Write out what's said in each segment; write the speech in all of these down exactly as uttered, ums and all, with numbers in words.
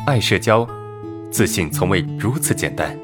爱社交，自信从未如此简单。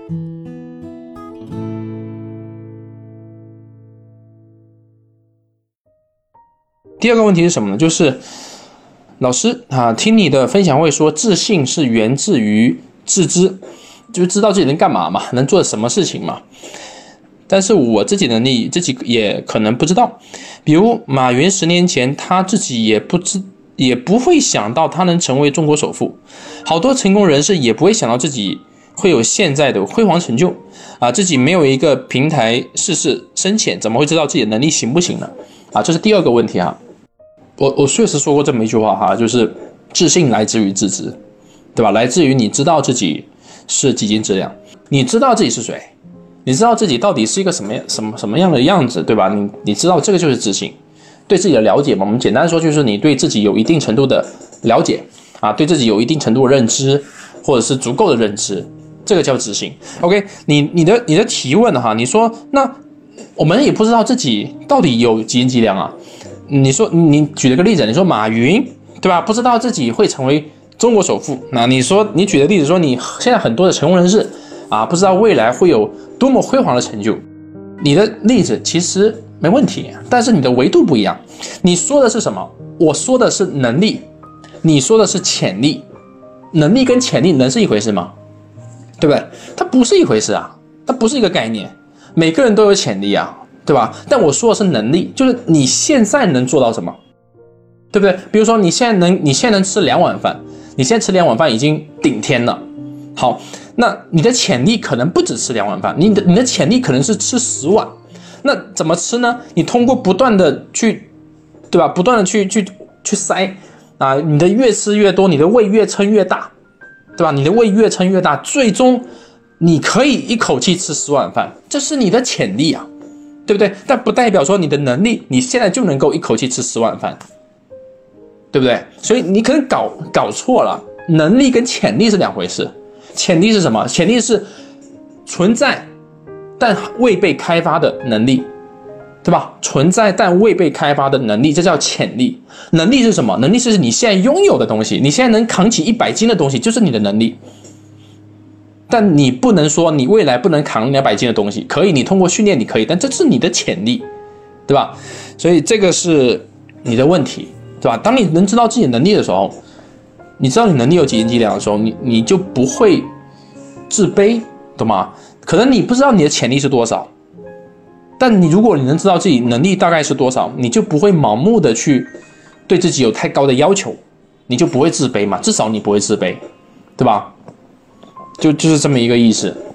第二个问题是什么呢？就是老师啊，听你的分享会说，自信是源自于自知，就是知道自己能干嘛嘛，能做什么事情嘛。但是我自己能力自己也可能不知道，比如马云十年前他自己也不知也不会想到他能成为中国首富，好多成功人士也不会想到自己会有现在的辉煌成就啊，自己没有一个平台试试深浅，怎么会知道自己的能力行不行呢？啊，这是第二个问题啊。我我确实说过这么一句话哈，就是自信来自于自知，对吧？来自于你知道自己是几斤质量，你知道自己是谁，你知道自己到底是一个什么什么什么样的样子，对吧？你你知道这个就是自信，对自己的了解嘛。我们简单说就是你对自己有一定程度的了解啊，对自己有一定程度的认知，或者是足够的认知，这个叫自信。OK， 你你的你的提问哈，你说那我们也不知道自己到底有几斤几两啊？你说你举了个例子，你说马云对吧？不知道自己会成为中国首富。那你说你举的例子说你现在很多的成功人士啊，不知道未来会有多么辉煌的成就。你的例子其实没问题，但是你的维度不一样。你说的是什么？我说的是能力，你说的是潜力。能力跟潜力能是一回事吗？对不对？它不是一回事啊，它不是一个概念。每个人都有潜力啊，对吧？但我说的是能力，就是你现在能做到什么，对不对？比如说你现在能，你现在能吃两碗饭，你现在吃两碗饭已经顶天了。好，那你的潜力可能不止吃两碗饭，你的你的潜力可能是吃十碗。那怎么吃呢？你通过不断的去，对吧？不断的去去去塞啊，你的越吃越多，你的胃越撑越大，对吧？你的胃越撑越大，最终你可以一口气吃十碗饭，这是你的潜力啊，对不对？但不代表说你的能力，你现在就能够一口气吃十碗饭，对不对？所以你可能搞搞错了，能力跟潜力是两回事。潜力是什么？潜力是存在但未被开发的能力，对吧？存在但未被开发的能力，这叫潜力。能力是什么？能力是你现在拥有的东西，你现在能扛起一百斤的东西，就是你的能力。但你不能说你未来不能扛两百斤的东西，可以，你通过训练你可以，但这是你的潜力，对吧？所以这个是你的问题，对吧？当你能知道自己的能力的时候，你知道你能力有几斤几两的时候，你你就不会自卑，懂吗？可能你不知道你的潜力是多少，但你如果你能知道自己能力大概是多少，你就不会盲目的去对自己有太高的要求，你就不会自卑嘛，至少你不会自卑，对吧？就就是这么一个意思。